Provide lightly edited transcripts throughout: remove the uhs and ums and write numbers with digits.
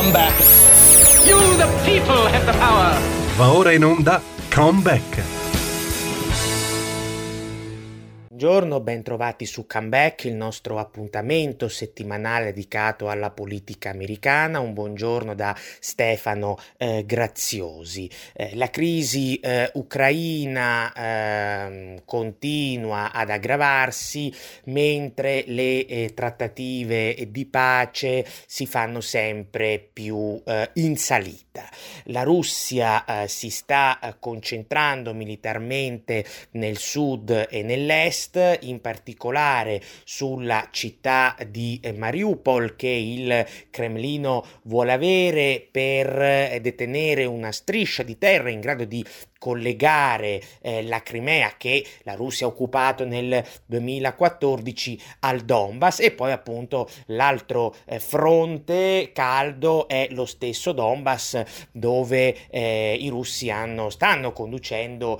Comeback. You, the people, have the power. Va ora in onda Comeback. Buongiorno, ben trovati su Comeback, il nostro appuntamento settimanale dedicato alla politica americana. Un buongiorno da Stefano Graziosi. La crisi ucraina continua ad aggravarsi mentre le trattative di pace si fanno sempre più in salita. La Russia si sta concentrando militarmente nel sud e nell'est, in particolare sulla città di Mariupol, che il Cremlino vuole avere per detenere una striscia di terra in grado di collegare la Crimea, che la Russia ha occupato nel 2014, al Donbass, e poi appunto l'altro fronte caldo è lo stesso Donbass, dove i russi stanno conducendo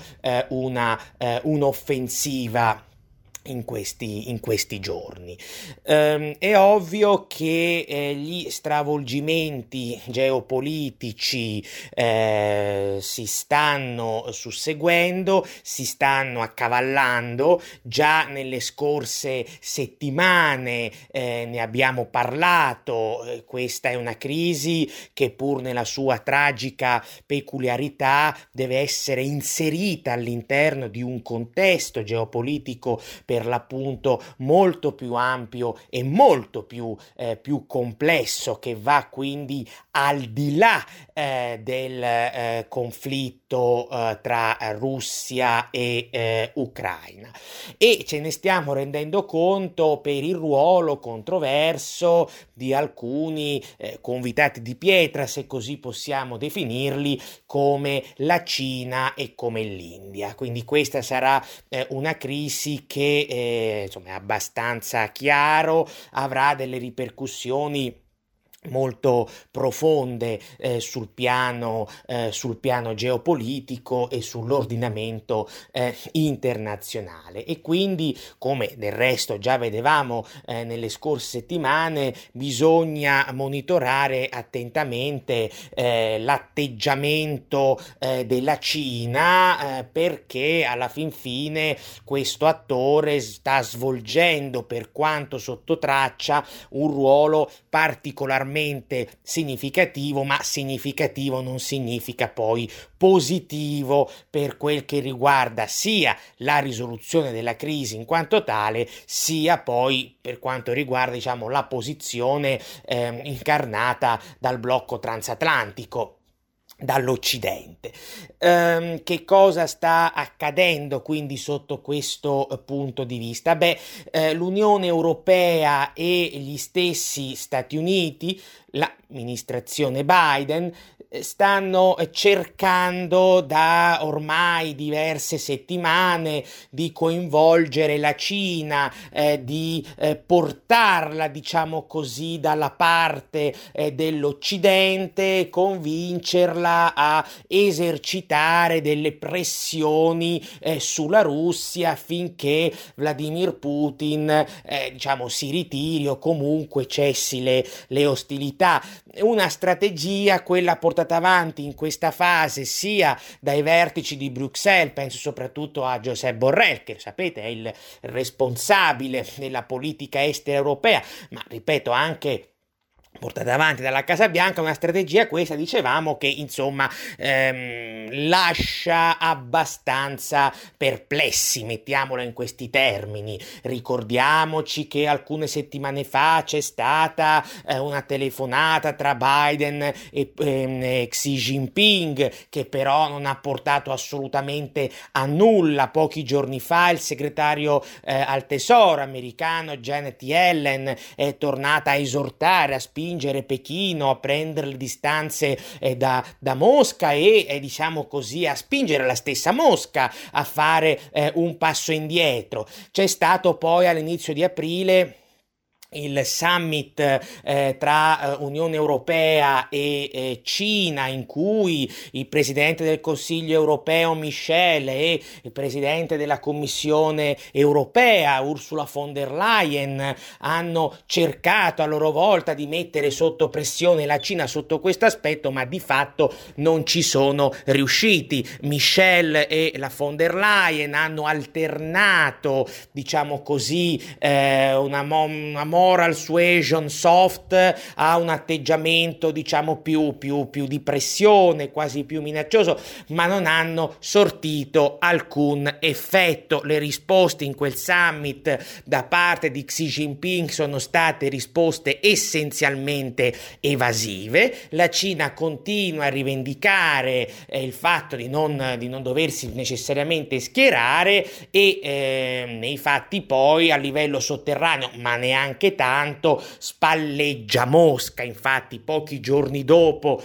un'offensiva in questi giorni. È ovvio che gli stravolgimenti geopolitici si stanno susseguendo, si stanno accavallando. Già nelle scorse settimane ne abbiamo parlato. Questa è una crisi che, pur nella sua tragica peculiarità, deve essere inserita all'interno di un contesto geopolitico per l'appunto molto più ampio e molto più complesso, che va quindi al di là del conflitto tra Russia e Ucraina, e ce ne stiamo rendendo conto per il ruolo controverso di alcuni convitati di pietra, se così possiamo definirli, come la Cina e come l'India. Quindi questa sarà una crisi che insomma è abbastanza chiaro, avrà delle ripercussioni molto profonde sul piano geopolitico e sull'ordinamento internazionale, e quindi, come del resto già vedevamo nelle scorse settimane, bisogna monitorare attentamente l'atteggiamento della Cina, perché alla fin fine questo attore sta svolgendo, per quanto sotto traccia, un ruolo particolarmente significativo, ma significativo non significa poi positivo per quel che riguarda sia la risoluzione della crisi in quanto tale, sia poi per quanto riguarda, diciamo, la posizione incarnata dal blocco transatlantico, dall'Occidente. Che cosa sta accadendo quindi sotto questo punto di vista? L'Unione Europea e gli stessi Stati Uniti, l'amministrazione Biden, stanno cercando da ormai diverse settimane di coinvolgere la Cina, di portarla, diciamo così, dalla parte dell'Occidente, convincerla a esercitare delle pressioni sulla Russia affinché Vladimir Putin si ritiri o comunque cessi le ostilità. Una strategia, quella portata avanti in questa fase sia dai vertici di Bruxelles, penso soprattutto a Josep Borrell, che sapete è il responsabile della politica estera europea, ma ripeto anche portata avanti dalla Casa Bianca, una strategia questa, dicevamo, che insomma lascia abbastanza perplessi, mettiamola in questi termini. Ricordiamoci che alcune settimane fa c'è stata una telefonata tra Biden e Xi Jinping, che però non ha portato assolutamente a nulla. Pochi giorni fa il segretario al tesoro americano Janet Yellen è tornata a esortare, a spingere Pechino a prendere le distanze da Mosca e diciamo così a spingere la stessa Mosca a fare un passo indietro. C'è stato poi all'inizio di aprile il summit tra Unione Europea e Cina, in cui il Presidente del Consiglio europeo Michel e il Presidente della Commissione europea Ursula von der Leyen hanno cercato a loro volta di mettere sotto pressione la Cina sotto questo aspetto, ma di fatto non ci sono riusciti. Michel e la von der Leyen hanno alternato, diciamo così, una moral suasion soft a un atteggiamento, diciamo, più di pressione, quasi più minaccioso, ma non hanno sortito alcun effetto. Le risposte in quel summit da parte di Xi Jinping sono state risposte essenzialmente evasive. La Cina continua a rivendicare il fatto di non doversi necessariamente schierare e nei fatti poi a livello sotterraneo, ma neanche tanto, spalleggia Mosca. Infatti pochi giorni dopo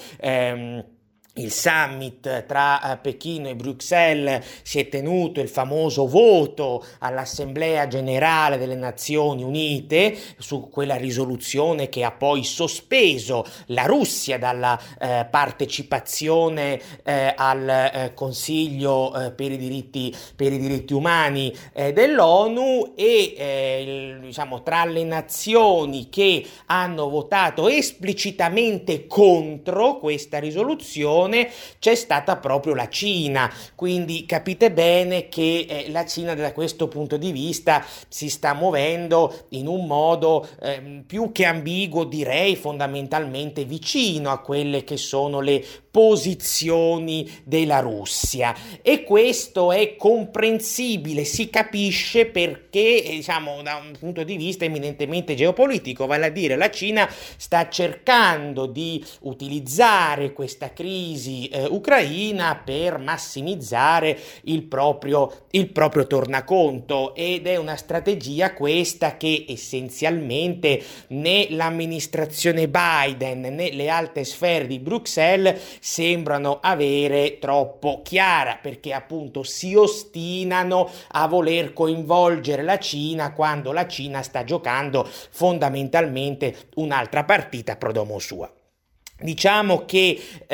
il summit tra Pechino e Bruxelles si è tenuto il famoso voto all'Assemblea Generale delle Nazioni Unite su quella risoluzione che ha poi sospeso la Russia dalla partecipazione al Consiglio per i diritti umani dell'ONU e diciamo tra le nazioni che hanno votato esplicitamente contro questa risoluzione c'è stata proprio la Cina, quindi capite bene che la Cina da questo punto di vista si sta muovendo in un modo più che ambiguo, direi fondamentalmente vicino a quelle che sono le posizioni della Russia, e questo è comprensibile, si capisce perché diciamo da un punto di vista eminentemente geopolitico, vale a dire la Cina sta cercando di utilizzare questa crisi ucraina per massimizzare il proprio tornaconto, ed è una strategia questa che essenzialmente né l'amministrazione Biden né le alte sfere di Bruxelles sembrano avere troppo chiara, perché appunto si ostinano a voler coinvolgere la Cina quando la Cina sta giocando fondamentalmente un'altra partita pro domo sua. Diciamo che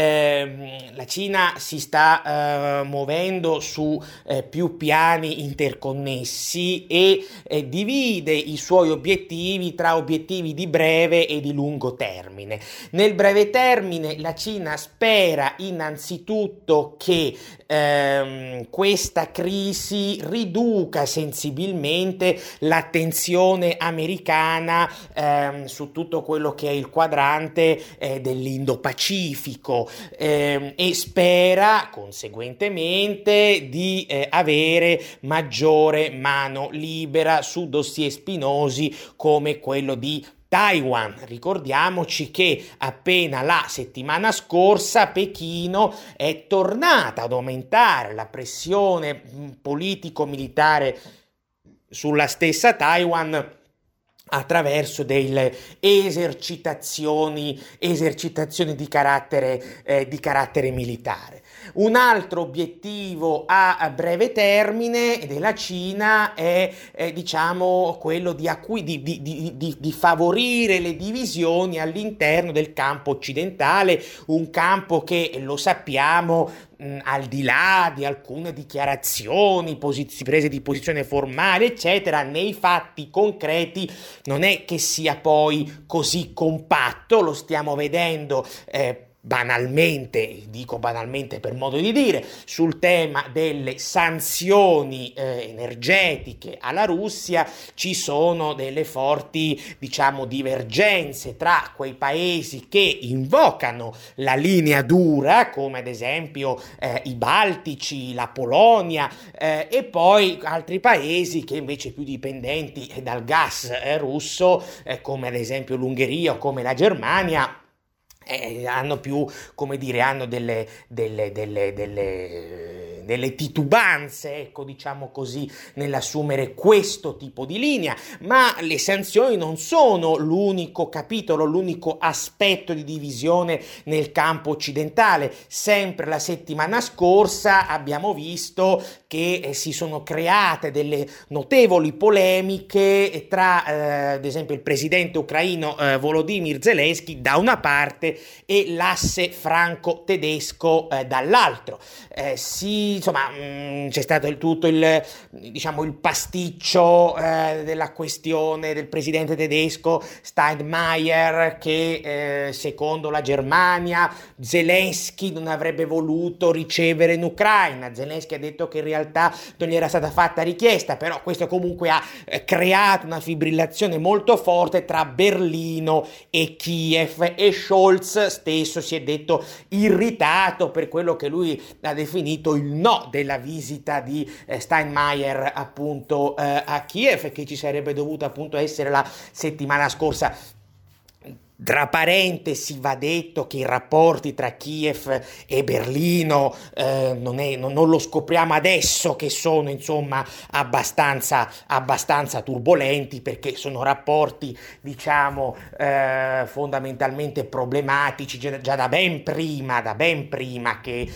la Cina si sta muovendo su più piani interconnessi e divide i suoi obiettivi tra obiettivi di breve e di lungo termine. Nel breve termine la Cina spera innanzitutto che questa crisi riduca sensibilmente l'attenzione americana su tutto quello che è il quadrante dell'Indo-Pacifico e spera conseguentemente di avere maggiore mano libera su dossier spinosi come quello di Taiwan. Ricordiamoci che appena la settimana scorsa Pechino è tornata ad aumentare la pressione politico-militare sulla stessa Taiwan attraverso delle esercitazioni di carattere militare. Un altro obiettivo a breve termine della Cina è diciamo quello di favorire le divisioni all'interno del campo occidentale, un campo che, lo sappiamo, al di là di alcune dichiarazioni, prese di posizione formale, eccetera, nei fatti concreti non è che sia poi così compatto. Lo stiamo vedendo banalmente, dico banalmente per modo di dire, sul tema delle sanzioni energetiche alla Russia. Ci sono delle forti, diciamo, divergenze tra quei paesi che invocano la linea dura, come ad esempio i Baltici, la Polonia, e poi altri paesi che invece più dipendenti dal gas russo, come ad esempio l'Ungheria o come la Germania. Hanno più, come dire, hanno delle delle titubanze, ecco, diciamo così, nell'assumere questo tipo di linea, ma le sanzioni non sono l'unico capitolo, l'unico aspetto di divisione nel campo occidentale. Sempre la settimana scorsa abbiamo visto che si sono create delle notevoli polemiche tra ad esempio il presidente ucraino Volodymyr Zelensky da una parte e l'asse franco-tedesco dall'altro. C'è stato il pasticcio della questione del presidente tedesco Steinmeier che secondo la Germania Zelensky non avrebbe voluto ricevere in Ucraina. Zelensky ha detto che in realtà non gli era stata fatta richiesta, però questo comunque ha creato una fibrillazione molto forte tra Berlino e Kiev, e Scholz stesso si è detto irritato per quello che lui ha definito il no della visita di Steinmeier appunto a Kiev, che ci sarebbe dovuta appunto essere la settimana scorsa. Tra parentesi va detto che i rapporti tra Kiev e Berlino non lo scopriamo adesso che sono insomma abbastanza turbolenti, perché sono rapporti diciamo fondamentalmente problematici già da ben prima che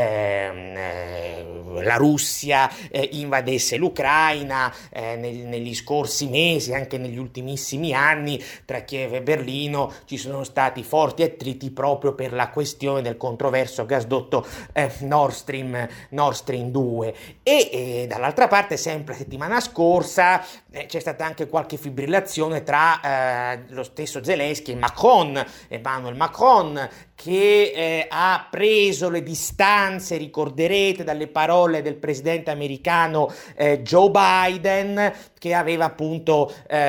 la Russia invadesse l'Ucraina negli scorsi mesi, anche negli ultimissimi anni tra Kiev e Berlino ci sono stati forti attriti proprio per la questione del controverso gasdotto Nord Stream 2 e dall'altra parte sempre la settimana scorsa c'è stata anche qualche fibrillazione tra lo stesso Zelensky e Emmanuel Macron, che ha preso le distanze, ricorderete, dalle parole del presidente americano Joe Biden, che aveva appunto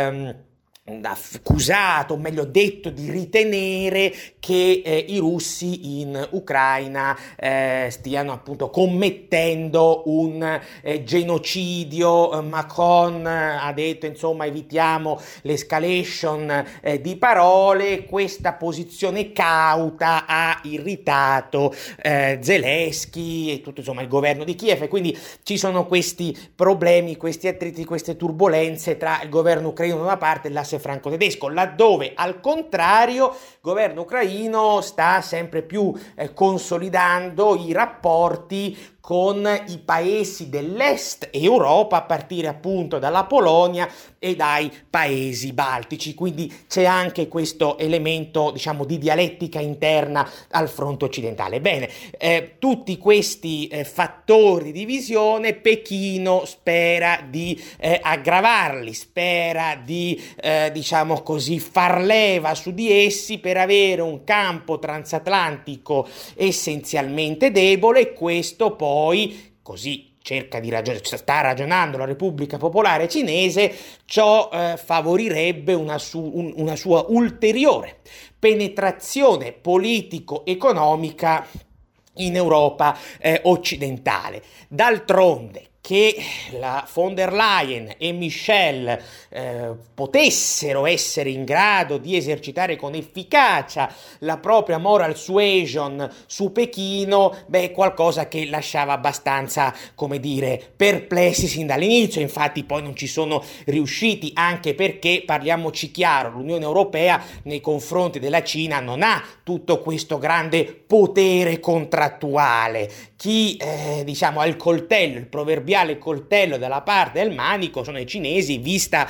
accusato, o meglio detto, di ritenere che i russi in Ucraina stiano appunto commettendo un genocidio. Macron ha detto insomma evitiamo l'escalation di parole. Questa posizione cauta ha irritato Zelensky e tutto insomma il governo di Kiev, e quindi ci sono questi problemi, questi attriti, queste turbulenze tra il governo ucraino da una parte e l'asse franco-tedesco, laddove al contrario il governo ucraino sta sempre più consolidando i rapporti con i paesi dell'est Europa, a partire appunto dalla Polonia e dai paesi baltici. Quindi c'è anche questo elemento, diciamo, di dialettica interna al fronte occidentale. Bene, tutti questi fattori di divisione Pechino spera di aggravarli, spera di diciamo così far leva su di essi per avere un campo transatlantico essenzialmente debole, e questo poi, così sta ragionando la Repubblica Popolare Cinese, ciò favorirebbe una sua ulteriore penetrazione politico-economica in Europa occidentale. D'altronde, che la von der Leyen e Michel potessero essere in grado di esercitare con efficacia la propria moral suasion su Pechino, qualcosa che lasciava abbastanza, come dire, perplessi sin dall'inizio. Infatti poi non ci sono riusciti, anche perché, parliamoci chiaro, l'Unione Europea nei confronti della Cina non ha tutto questo grande potere contrattuale. Chi diciamo ha il coltello, il proverbiale coltello dalla parte del manico sono i cinesi, viste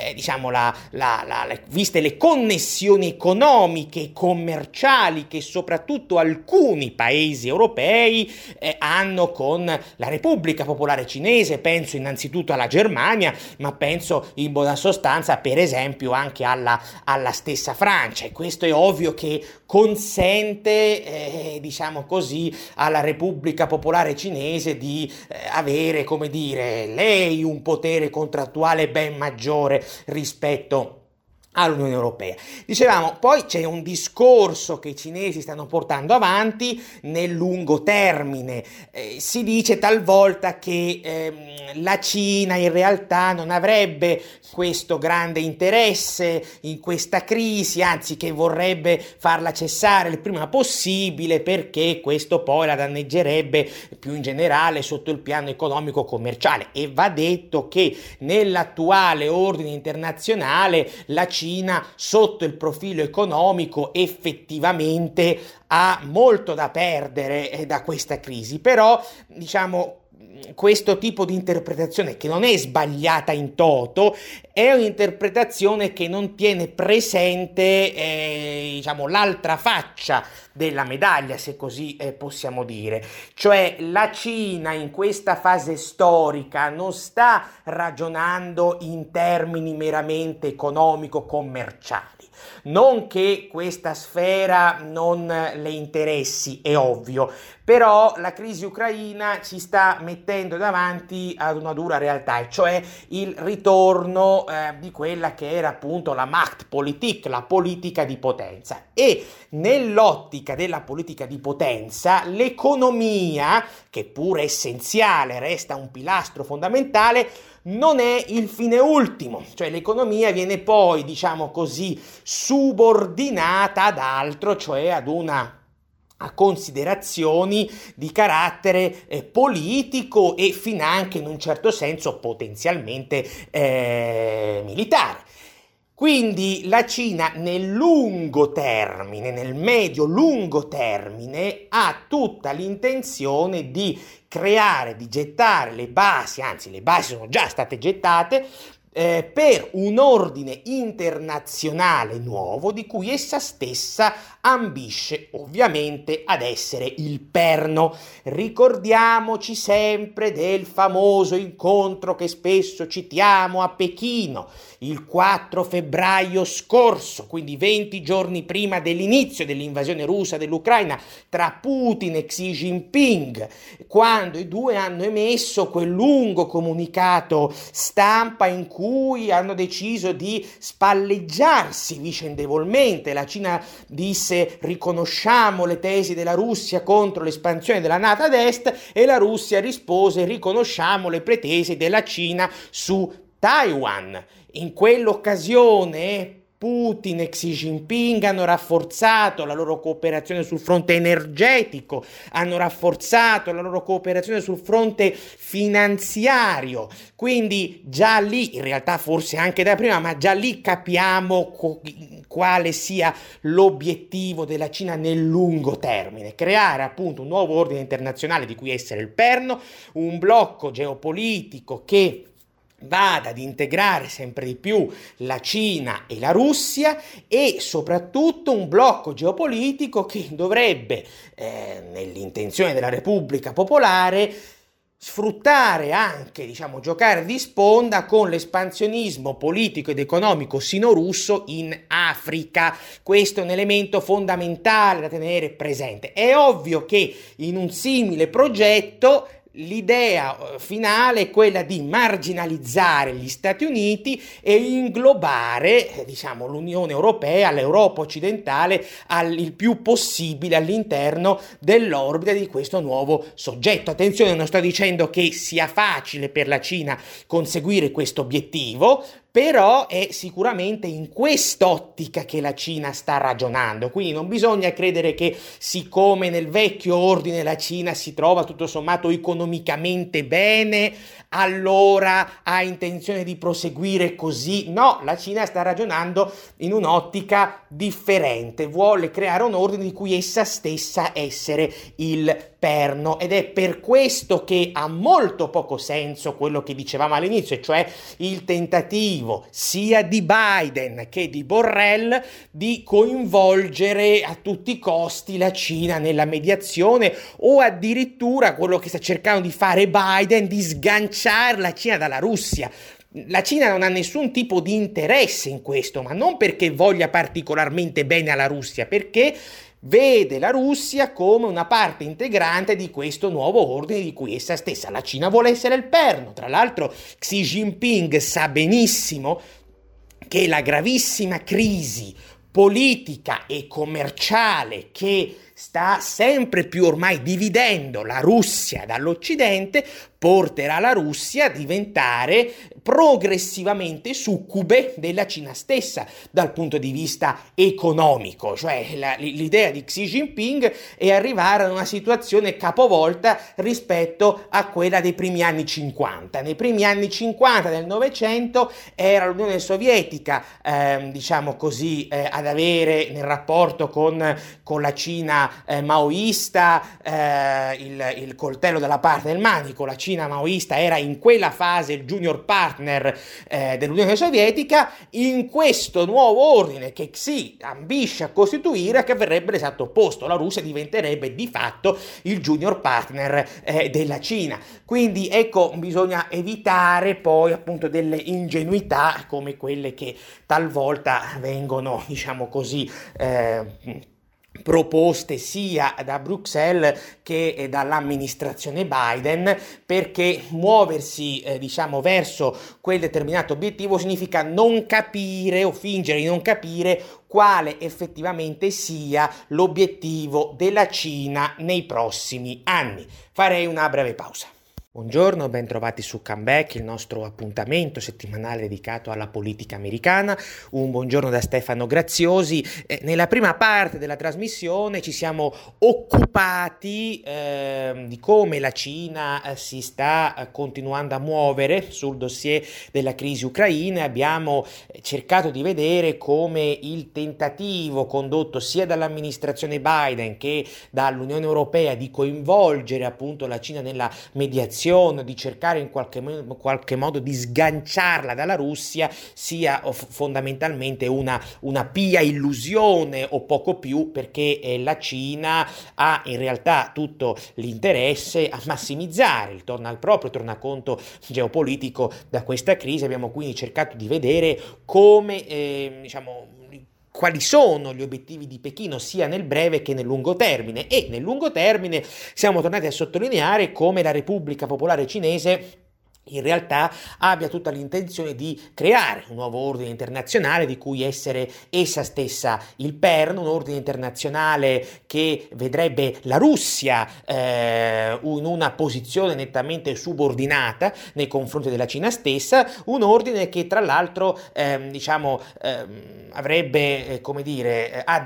le connessioni economiche e commerciali che soprattutto alcuni paesi europei hanno con la Repubblica Popolare Cinese. Penso innanzitutto alla Germania, ma penso in buona sostanza per esempio anche alla stessa Francia, e questo è ovvio che consente diciamo così alla Repubblica Popolare Cinese di avere, come dire, lei un potere contrattuale ben maggiore rispetto all'Unione Europea. Dicevamo, poi c'è un discorso che i cinesi stanno portando avanti nel lungo termine. Si dice talvolta che la Cina in realtà non avrebbe questo grande interesse in questa crisi, anzi che vorrebbe farla cessare il prima possibile perché questo poi la danneggerebbe più in generale sotto il piano economico-commerciale. E va detto che nell'attuale ordine internazionale la Cina sotto il profilo economico effettivamente ha molto da perdere da questa crisi, però diciamo questo tipo di interpretazione, che non è sbagliata in toto, è un'interpretazione che non tiene presente diciamo l'altra faccia della medaglia, se così possiamo dire, cioè la Cina in questa fase storica non sta ragionando in termini meramente economico-commerciali. Non che questa sfera non le interessi, è ovvio, però la crisi ucraina ci sta mettendo davanti ad una dura realtà, e cioè il ritorno di quella che era appunto la Machtpolitik, la politica di potenza. E nell'ottica della politica di potenza, l'economia, che pure è essenziale, resta un pilastro fondamentale, non è il fine ultimo, cioè l'economia viene poi, diciamo così, subordinata ad altro, cioè a considerazioni di carattere politico e finanche in un certo senso potenzialmente militare. Quindi la Cina nel lungo termine, nel medio-lungo termine, ha tutta l'intenzione di creare, di gettare le basi, anzi le basi sono già state gettate, per un ordine internazionale nuovo di cui essa stessa ambisce ovviamente ad essere il perno. Ricordiamoci sempre del famoso incontro che spesso citiamo a Pechino il 4 febbraio scorso, quindi 20 giorni prima dell'inizio dell'invasione russa dell'Ucraina, tra Putin e Xi Jinping, quando i due hanno emesso quel lungo comunicato stampa in cui hanno deciso di spalleggiarsi vicendevolmente. La Cina disse: riconosciamo le tesi della Russia contro l'espansione della NATO ad est, e la Russia rispose: riconosciamo le pretese della Cina su Taiwan. In quell'occasione Putin e Xi Jinping hanno rafforzato la loro cooperazione sul fronte energetico, hanno rafforzato la loro cooperazione sul fronte finanziario, quindi già lì, in realtà forse anche da prima, ma già lì capiamo quale sia l'obiettivo della Cina nel lungo termine: creare appunto un nuovo ordine internazionale di cui essere il perno, un blocco geopolitico che vada ad integrare sempre di più la Cina e la Russia, e soprattutto un blocco geopolitico che dovrebbe, nell'intenzione della Repubblica Popolare, sfruttare anche, diciamo, giocare di sponda con l'espansionismo politico ed economico sino-russo in Africa. Questo è un elemento fondamentale da tenere presente. È ovvio che in un simile progetto l'idea finale è quella di marginalizzare gli Stati Uniti e inglobare, diciamo, l'Unione Europea, l'Europa occidentale, il più possibile all'interno dell'orbita di questo nuovo soggetto. Attenzione, non sto dicendo che sia facile per la Cina conseguire questo obiettivo, però è sicuramente in quest'ottica che la Cina sta ragionando. Quindi non bisogna credere che, siccome nel vecchio ordine la Cina si trova tutto sommato economicamente bene, allora ha intenzione di proseguire così. No, la Cina sta ragionando in un'ottica differente, vuole creare un ordine di cui essa stessa essere il perno, ed è per questo che ha molto poco senso quello che dicevamo all'inizio, cioè il tentativo sia di Biden che di Borrell di coinvolgere a tutti i costi la Cina nella mediazione, o addirittura quello che sta cercando di fare Biden, di sganciare la Cina dalla Russia. La Cina non ha nessun tipo di interesse in questo, ma non perché voglia particolarmente bene alla Russia, perché vede la Russia come una parte integrante di questo nuovo ordine di cui essa stessa, la Cina, vuole essere il perno. Tra l'altro Xi Jinping sa benissimo che la gravissima crisi politica e commerciale che sta sempre più ormai dividendo la Russia dall'Occidente porterà la Russia a diventare progressivamente succube della Cina stessa dal punto di vista economico, cioè l'idea di Xi Jinping è arrivare a una situazione capovolta rispetto a quella dei primi anni 50. Nei primi anni 50 del Novecento era l'Unione Sovietica, diciamo così, ad avere nel rapporto con la Cina maoista il coltello dalla parte del manico. La Cina maoista era in quella fase il junior partner dell'Unione Sovietica. In questo nuovo ordine che Xi ambisce a costituire, che avverrebbe l'esatto opposto: la Russia diventerebbe di fatto il junior partner della Cina. Quindi ecco, bisogna evitare poi appunto delle ingenuità come quelle che talvolta vengono, diciamo così, proposte sia da Bruxelles che dall'amministrazione Biden, perché muoversi diciamo verso quel determinato obiettivo significa non capire o fingere di non capire quale effettivamente sia l'obiettivo della Cina nei prossimi anni. Farei una breve pausa. Buongiorno, ben trovati su Comeback, il nostro appuntamento settimanale dedicato alla politica americana. Un buongiorno da Stefano Graziosi. Nella prima parte della trasmissione ci siamo occupati di come la Cina si sta continuando a muovere sul dossier della crisi ucraina. Abbiamo cercato di vedere come il tentativo condotto sia dall'amministrazione Biden che dall'Unione Europea di coinvolgere appunto la Cina nella mediazione, di cercare in qualche modo di sganciarla dalla Russia, sia fondamentalmente una pia illusione o poco più, perché la Cina ha in realtà tutto l'interesse a massimizzare il tornaconto geopolitico da questa crisi. Abbiamo quindi cercato di vedere come quali sono gli obiettivi di Pechino sia nel breve che nel lungo termine, e nel lungo termine siamo tornati a sottolineare come la Repubblica Popolare Cinese in realtà abbia tutta l'intenzione di creare un nuovo ordine internazionale di cui essere essa stessa il perno, un ordine internazionale che vedrebbe la Russia in una posizione nettamente subordinata nei confronti della Cina stessa, un ordine che tra l'altro avrebbe a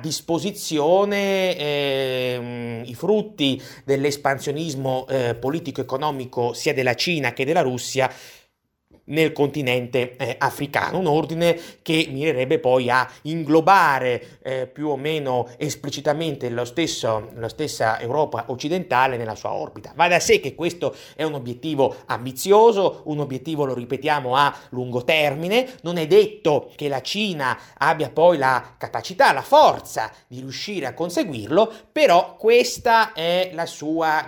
disposizione i frutti dell'espansionismo politico-economico sia della Cina che della Russia nel continente africano, un ordine che mirerebbe poi a inglobare più o meno esplicitamente la stessa Europa occidentale nella sua orbita. Va da sé che questo è un obiettivo ambizioso, un obiettivo, lo ripetiamo, a lungo termine. Non è detto che la Cina abbia poi la capacità, la forza di riuscire a conseguirlo, però questa è la sua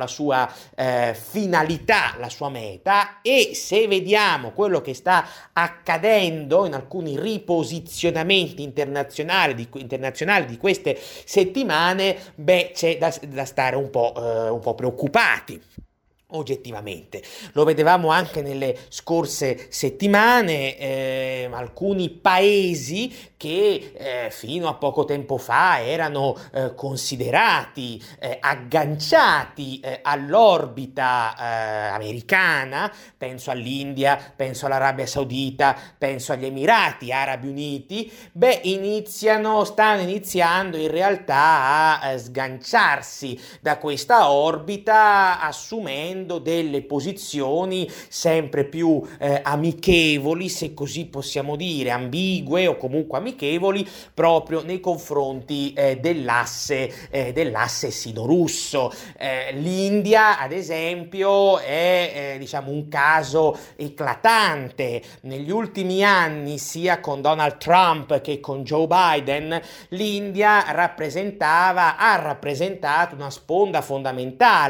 finalità, la sua meta. E se vediamo quello che sta accadendo in alcuni riposizionamenti internazionali di queste settimane, c'è da stare un po' preoccupati. Oggettivamente lo vedevamo anche nelle scorse settimane, alcuni paesi che fino a poco tempo fa erano considerati agganciati all'orbita americana, penso all'India, penso all'Arabia Saudita, penso agli Emirati Arabi Uniti, stanno iniziando in realtà a sganciarsi da questa orbita, assumendo delle posizioni sempre più amichevoli, se così possiamo dire, ambigue o comunque amichevoli, proprio nei confronti dell'asse sino-russo. L'India, ad esempio, è un caso eclatante. Negli ultimi anni, sia con Donald Trump che con Joe Biden, l'India ha rappresentato una sponda fondamentale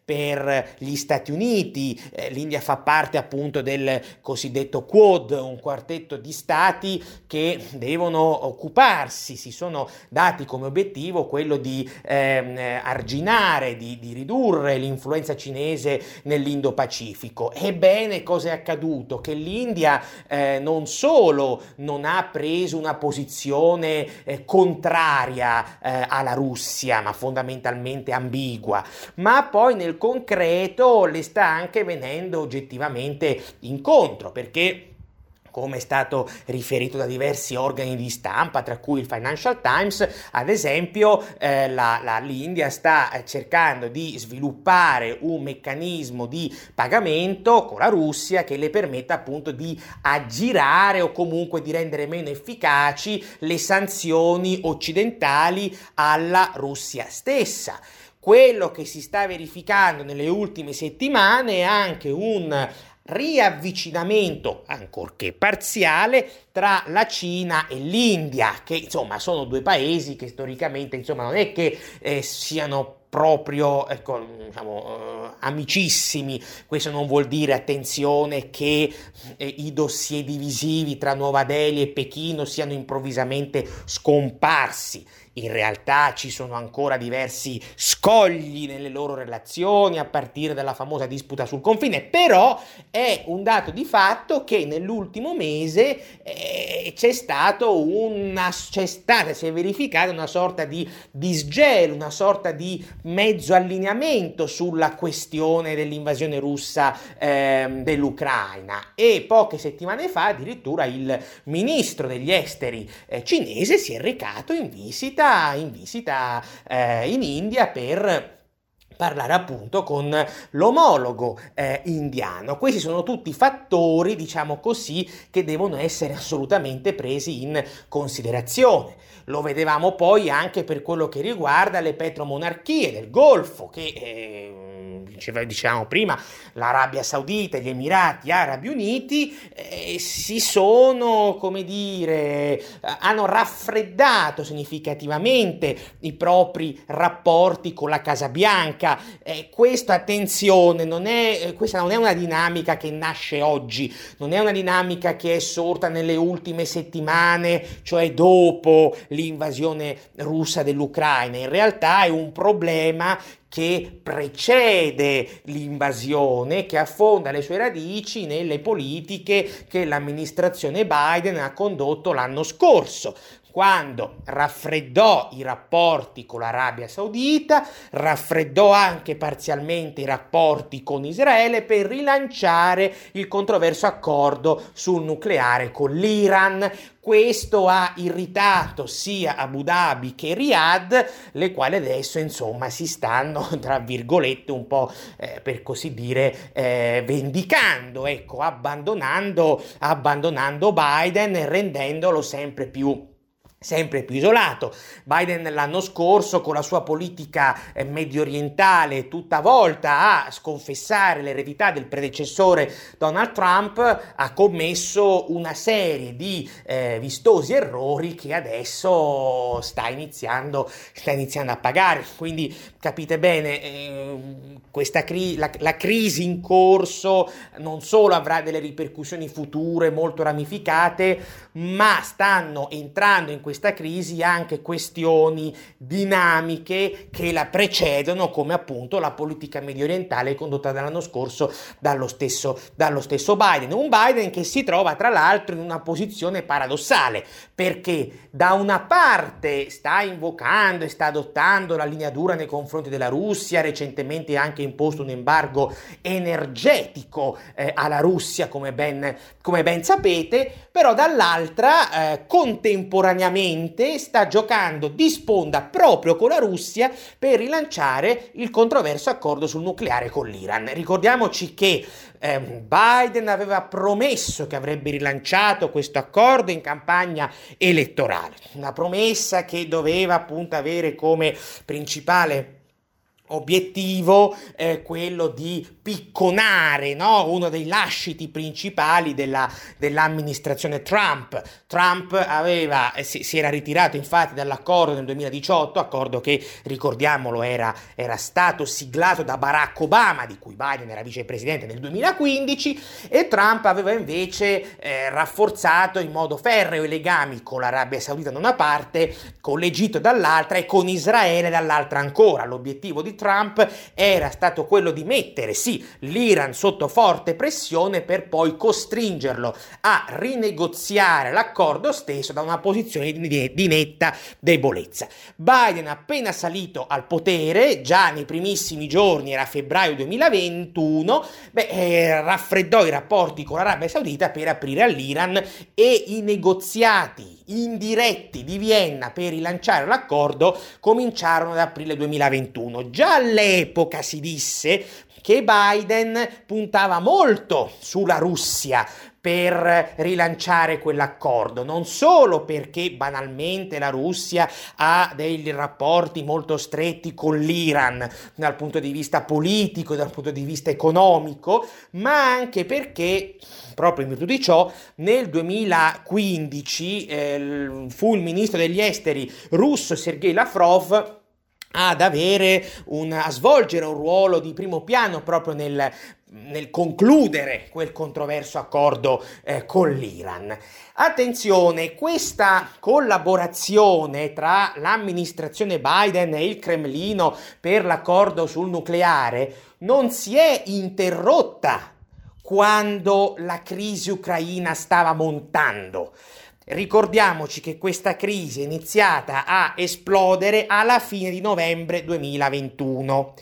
per gli Stati Uniti. L'India fa parte appunto del cosiddetto Quad, un quartetto di stati che devono occuparsi, si sono dati come obiettivo quello di arginare, di ridurre l'influenza cinese nell'Indo-Pacifico. Ebbene, cosa è accaduto? Che l'India non solo non ha preso una posizione contraria alla Russia, ma fondamentalmente ambigua, ma poi nel concreto le sta anche venendo oggettivamente incontro, perché, come è stato riferito da diversi organi di stampa, tra cui il Financial Times, ad esempio, l'India sta cercando di sviluppare un meccanismo di pagamento con la Russia che le permetta appunto di aggirare o comunque di rendere meno efficaci le sanzioni occidentali alla Russia stessa. Quello che si sta verificando nelle ultime settimane è anche un riavvicinamento, ancorché parziale, tra la Cina e l'India, che insomma sono due paesi che storicamente insomma non è che siano proprio amicissimi. Questo non vuol dire, attenzione, che i dossier divisivi tra Nuova Delhi e Pechino siano improvvisamente scomparsi. In realtà ci sono ancora diversi scogli nelle loro relazioni, a partire dalla famosa disputa sul confine, però è un dato di fatto che nell'ultimo mese si è verificata una sorta di disgelo, una sorta di mezzo allineamento sulla questione dell'invasione russa dell'Ucraina, e poche settimane fa addirittura il ministro degli esteri cinese si è recato in visita in India per parlare appunto con l'omologo indiano. Questi sono tutti fattori, diciamo così, che devono essere assolutamente presi in considerazione. Lo vedevamo poi anche per quello che riguarda le petromonarchie del Golfo, che dicevamo prima, l'Arabia Saudita e gli Emirati Arabi Uniti si sono, hanno raffreddato significativamente i propri rapporti con la Casa Bianca. Questo, attenzione, questa non è una dinamica che nasce oggi, non è una dinamica che è sorta nelle ultime settimane, cioè dopo l'invasione russa dell'Ucraina. In realtà è un problema che precede l'invasione, che affonda le sue radici nelle politiche che l'amministrazione Biden ha condotto l'anno scorso, quando raffreddò i rapporti con l'Arabia Saudita, raffreddò anche parzialmente i rapporti con Israele per rilanciare il controverso accordo sul nucleare con l'Iran. Questo ha irritato sia Abu Dhabi che Riyadh, le quali adesso insomma si stanno, tra virgolette, un po' per così dire vendicando, abbandonando Biden e rendendolo sempre più isolato. Biden l'anno scorso, con la sua politica medio orientale tutta volta a sconfessare l'eredità del predecessore Donald Trump, ha commesso una serie di vistosi errori che adesso sta iniziando a pagare. Quindi capite bene, la crisi in corso non solo avrà delle ripercussioni future molto ramificate, ma stanno entrando in questa crisi anche questioni dinamiche che la precedono, come appunto la politica medio orientale condotta dall'anno scorso dallo stesso Biden. Un Biden che si trova tra l'altro in una posizione paradossale, perché da una parte sta invocando e sta adottando la linea dura nei confronti della Russia, recentemente ha anche imposto un embargo energetico alla Russia, come ben sapete, però dall'altra contemporaneamente sta giocando di sponda proprio con la Russia per rilanciare il controverso accordo sul nucleare con l'Iran. Ricordiamoci che Biden aveva promesso che avrebbe rilanciato questo accordo in campagna elettorale, una promessa che doveva appunto avere come principale obiettivo quello di picconare, no? Uno dei lasciti principali dell'amministrazione Trump. Trump si era ritirato infatti dall'accordo nel 2018, accordo che, ricordiamolo, era stato siglato da Barack Obama, di cui Biden era vicepresidente nel 2015, e Trump aveva invece rafforzato in modo ferreo i legami con l'Arabia Saudita da una parte, con l'Egitto dall'altra e con Israele dall'altra ancora. L'obiettivo di Trump era stato quello di mettere sì l'Iran sotto forte pressione per poi costringerlo a rinegoziare l'accordo stesso da una posizione di netta debolezza. Biden, appena salito al potere, già nei primissimi giorni, era febbraio 2021, raffreddò i rapporti con l'Arabia Saudita per aprire all'Iran, e i negoziati indiretti di Vienna per rilanciare l'accordo cominciarono ad aprile 2021. Già all'epoca si disse che Biden puntava molto sulla Russia per rilanciare quell'accordo, non solo perché banalmente la Russia ha dei rapporti molto stretti con l'Iran dal punto di vista politico, dal punto di vista economico, ma anche perché proprio in virtù di ciò nel 2015 fu il ministro degli esteri russo Sergei Lavrov a svolgere un ruolo di primo piano proprio nel concludere quel controverso accordo con l'Iran. Attenzione, questa collaborazione tra l'amministrazione Biden e il Cremlino per l'accordo sul nucleare non si è interrotta quando la crisi ucraina stava montando. Ricordiamoci che questa crisi è iniziata a esplodere alla fine di novembre 2021,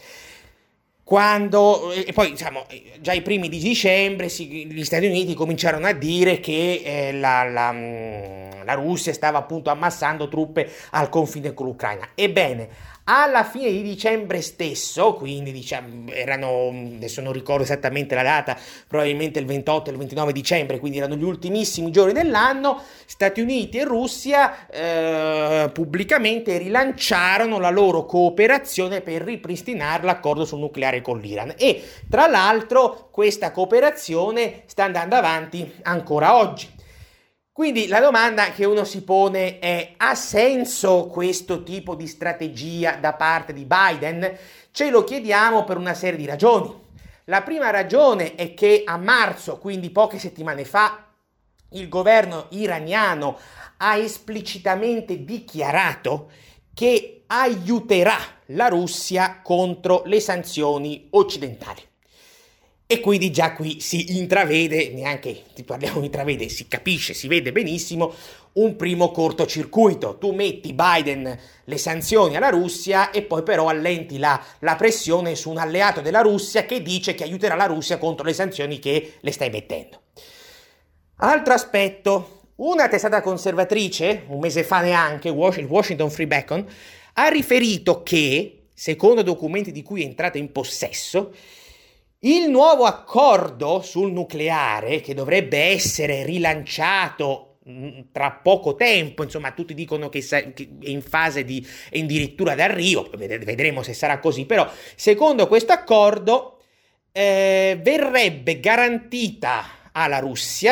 e poi già i primi di dicembre gli Stati Uniti cominciarono a dire che la Russia stava appunto ammassando truppe al confine con l'Ucraina. Ebbene, alla fine di dicembre stesso, quindi adesso non ricordo esattamente la data, probabilmente il 28 e il 29 dicembre, quindi erano gli ultimissimi giorni dell'anno, Stati Uniti e Russia pubblicamente rilanciarono la loro cooperazione per ripristinare l'accordo sul nucleare con l'Iran, e tra l'altro questa cooperazione sta andando avanti ancora oggi. Quindi la domanda che uno si pone è: ha senso questo tipo di strategia da parte di Biden? Ce lo chiediamo per una serie di ragioni. La prima ragione è che a marzo, quindi poche settimane fa, il governo iraniano ha esplicitamente dichiarato che aiuterà la Russia contro le sanzioni occidentali. E quindi già qui si intravede, si capisce, si vede benissimo un primo cortocircuito. Tu metti Biden le sanzioni alla Russia e poi però allenti la pressione su un alleato della Russia che dice che aiuterà la Russia contro le sanzioni che le stai mettendo. Altro aspetto, una testata conservatrice, un mese fa neanche, il Washington Free Beacon, ha riferito che, secondo documenti di cui è entrata in possesso, il nuovo accordo sul nucleare, che dovrebbe essere rilanciato tra poco tempo, insomma tutti dicono che è in fase di addirittura d'arrivo, vedremo se sarà così, però secondo questo accordo verrebbe garantito alla Russia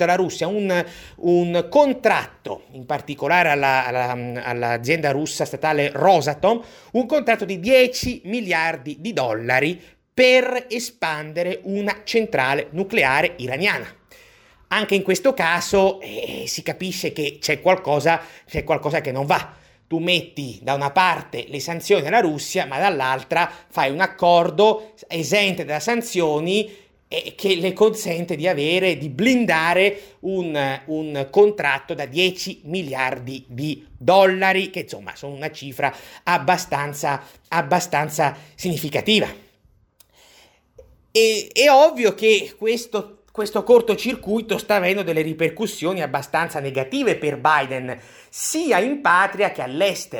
un contratto, in particolare all'azienda russa statale Rosatom, un contratto di $10 miliardi per espandere una centrale nucleare iraniana. Anche in questo caso si capisce che c'è qualcosa che non va. Tu metti da una parte le sanzioni alla Russia, ma dall'altra fai un accordo esente da sanzioni che le consente di blindare un contratto da $10 miliardi, che insomma sono una cifra abbastanza significativa. È ovvio che questo cortocircuito sta avendo delle ripercussioni abbastanza negative per Biden, sia in patria che all'estero.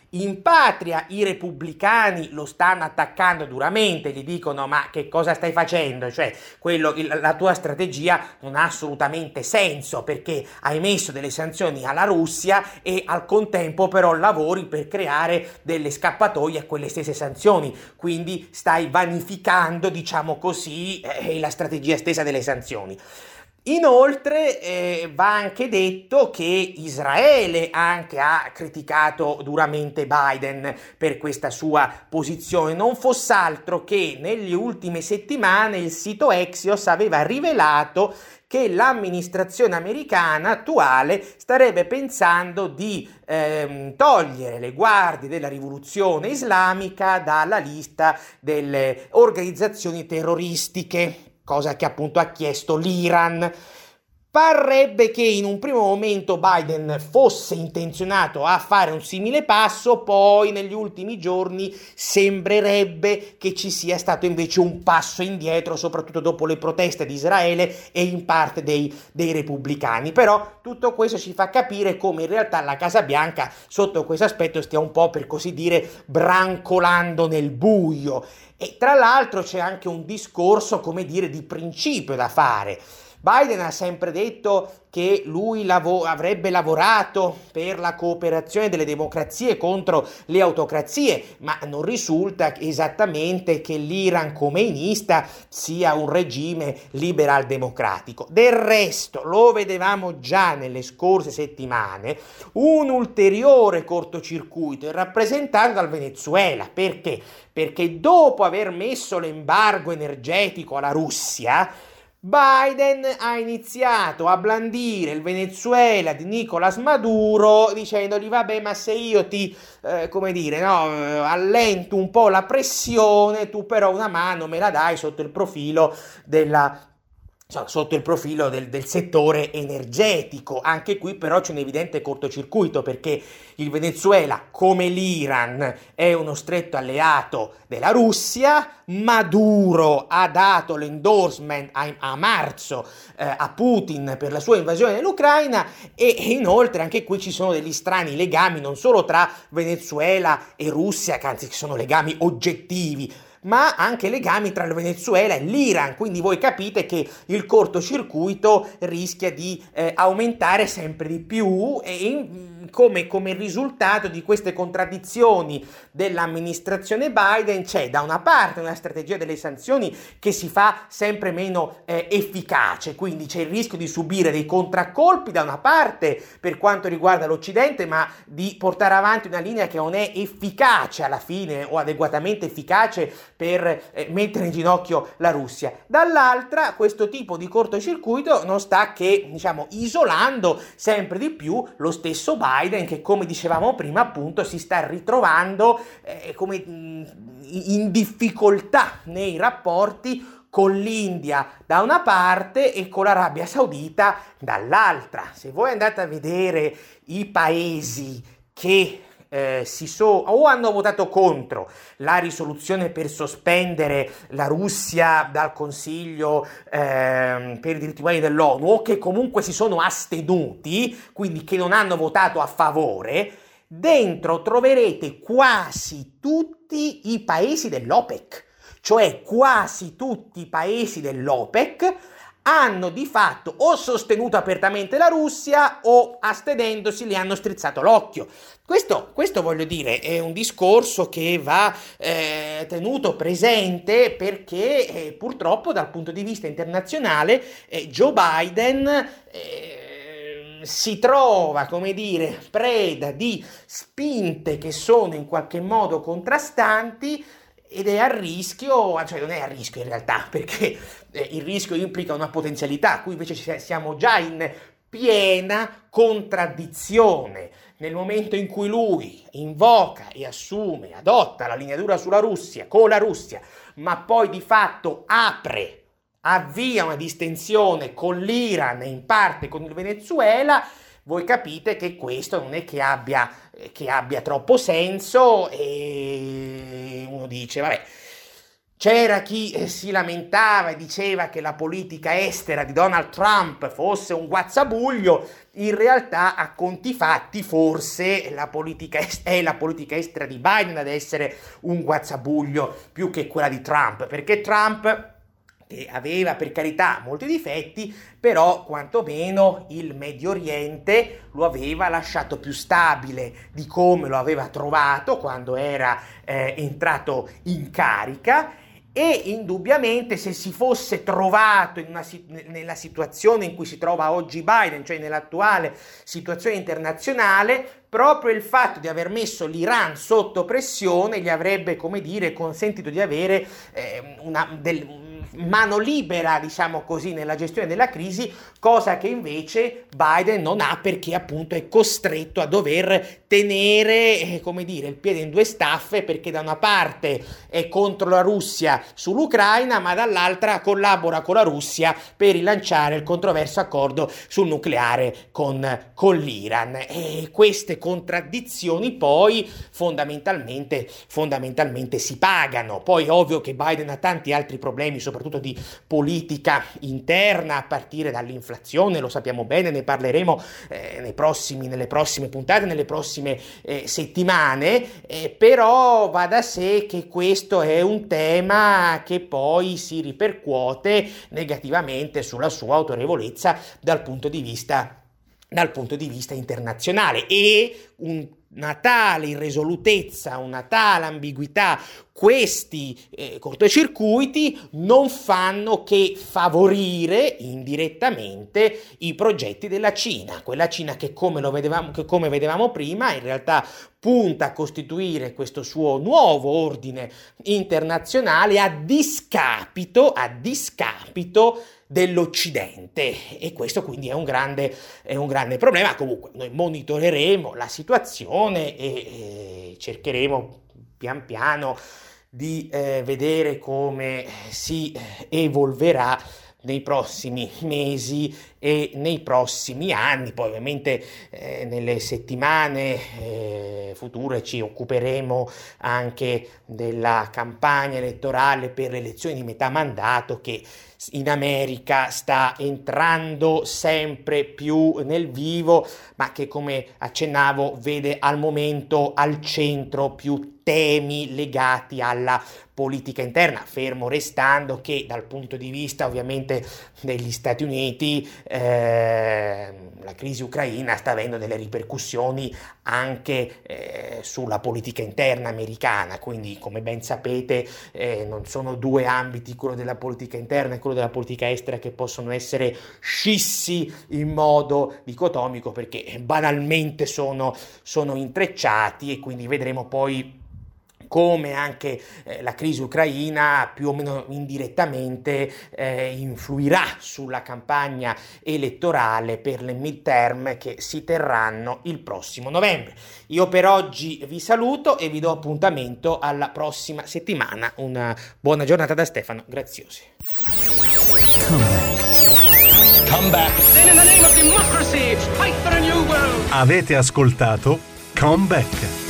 In patria i repubblicani lo stanno attaccando duramente, gli dicono: ma che cosa stai facendo? Cioè, la tua strategia non ha assolutamente senso, perché hai messo delle sanzioni alla Russia e al contempo però lavori per creare delle scappatoie a quelle stesse sanzioni, quindi stai vanificando, diciamo così, la strategia stessa delle sanzioni. Inoltre va anche detto che Israele anche ha criticato duramente Biden per questa sua posizione, non fosse altro che nelle ultime settimane il sito Axios aveva rivelato che l'amministrazione americana attuale starebbe pensando di togliere le guardie della rivoluzione islamica dalla lista delle organizzazioni terroristiche, cosa che appunto ha chiesto l'Iran. Parrebbe che in un primo momento Biden fosse intenzionato a fare un simile passo, poi negli ultimi giorni sembrerebbe che ci sia stato invece un passo indietro, soprattutto dopo le proteste di Israele e in parte dei repubblicani. Però tutto questo ci fa capire come in realtà la Casa Bianca sotto questo aspetto stia un po', per così dire, brancolando nel buio. E tra l'altro c'è anche un discorso, come dire, di principio da fare. Biden ha sempre detto che lui avrebbe lavorato per la cooperazione delle democrazie contro le autocrazie, ma non risulta esattamente che l'Iran comunista sia un regime liberal democratico. Del resto, lo vedevamo già nelle scorse settimane, un ulteriore cortocircuito è rappresentato dal Venezuela. Perché? Perché dopo aver messo l'embargo energetico alla Russia, Biden ha iniziato a blandire il Venezuela di Nicolás Maduro dicendogli: vabbè, ma se io ti allento un po' la pressione, tu però una mano me la dai sotto il profilo del settore energetico. Anche qui però c'è un evidente cortocircuito, perché il Venezuela, come l'Iran, è uno stretto alleato della Russia. Maduro ha dato l'endorsement a marzo a Putin per la sua invasione dell'Ucraina, e inoltre anche qui ci sono degli strani legami non solo tra Venezuela e Russia, che anzi sono legami oggettivi, ma anche legami tra il Venezuela e l'Iran. Quindi voi capite che il cortocircuito rischia di aumentare sempre di più, e come risultato di queste contraddizioni dell'amministrazione Biden c'è da una parte una strategia delle sanzioni che si fa sempre meno efficace, quindi c'è il rischio di subire dei contraccolpi da una parte per quanto riguarda l'Occidente, ma di portare avanti una linea che non è efficace alla fine, o adeguatamente efficace per mettere in ginocchio la Russia. Dall'altra, questo tipo di cortocircuito non sta che, isolando sempre di più lo stesso Biden, che, come dicevamo prima, appunto si sta ritrovando in difficoltà nei rapporti con l'India da una parte e con l'Arabia Saudita dall'altra. Se voi andate a vedere i paesi che o hanno votato contro la risoluzione per sospendere la Russia dal Consiglio per i diritti umani dell'ONU, o che comunque si sono astenuti, quindi che non hanno votato a favore, dentro troverete quasi tutti i paesi dell'OPEC. Cioè quasi tutti i paesi dell'OPEC hanno di fatto o sostenuto apertamente la Russia, o astenendosi li hanno strizzato l'occhio. Questo voglio dire è un discorso che va tenuto presente, perché purtroppo dal punto di vista internazionale Joe Biden si trova, preda di spinte che sono in qualche modo contrastanti, ed è a rischio, cioè non è a rischio in realtà, perché il rischio implica una potenzialità. Qui invece siamo già in piena contraddizione. Nel momento in cui lui invoca e adotta la linea dura sulla Russia, con la Russia, ma poi di fatto avvia una distensione con l'Iran e in parte con il Venezuela, voi capite che questo non è che abbia troppo senso, e uno dice, vabbè, C'era chi si lamentava e diceva che la politica estera di Donald Trump fosse un guazzabuglio. In realtà, a conti fatti, forse è la politica estera di Biden ad essere un guazzabuglio più che quella di Trump, perché Trump, che aveva per carità molti difetti, però quantomeno il Medio Oriente lo aveva lasciato più stabile di come lo aveva trovato quando era entrato in carica. E indubbiamente, se si fosse trovato nella situazione in cui si trova oggi Biden, cioè nell'attuale situazione internazionale, proprio il fatto di aver messo l'Iran sotto pressione gli avrebbe, come dire, consentito di avere mano libera, diciamo così, nella gestione della crisi, cosa che invece Biden non ha, perché appunto è costretto a dover tenere, come dire, il piede in due staffe, perché da una parte è contro la Russia sull'Ucraina, ma dall'altra collabora con la Russia per rilanciare il controverso accordo sul nucleare con l'Iran. E queste contraddizioni poi fondamentalmente si pagano. Poi ovvio che Biden ha tanti altri problemi, soprattutto di politica interna, a partire dall'inflazione, lo sappiamo bene, ne parleremo nelle prossime puntate, nelle prossime settimane, però va da sé che questo è un tema che poi si ripercuote negativamente sulla sua autorevolezza dal punto di vista internazionale, e una tale irresolutezza, una tale ambiguità, questi cortocircuiti non fanno che favorire indirettamente i progetti della Cina, quella Cina che come vedevamo prima in realtà punta a costituire questo suo nuovo ordine internazionale a discapito dell'Occidente, e questo quindi è un grande problema. Comunque noi monitoreremo la situazione e cercheremo pian piano di vedere come si evolverà nei prossimi mesi e nei prossimi anni. Poi ovviamente nelle settimane future ci occuperemo anche della campagna elettorale per le elezioni di metà mandato, che in America sta entrando sempre più nel vivo, ma che, come accennavo, vede al momento al centro più temi legati alla politica interna, fermo restando che dal punto di vista ovviamente degli Stati Uniti la crisi ucraina sta avendo delle ripercussioni anche sulla politica interna americana, quindi come ben sapete non sono due ambiti, quello della politica interna e quello della politica estera, che possono essere scissi in modo dicotomico, perché banalmente sono intrecciati, e quindi vedremo poi come anche la crisi ucraina più o meno indirettamente influirà sulla campagna elettorale per le midterm che si terranno il prossimo novembre. Io per oggi vi saluto e vi do appuntamento alla prossima settimana. Una buona giornata da Stefano Graziosi. Come back. Then in the name of democracy, fight for a new world. Avete ascoltato Come Back.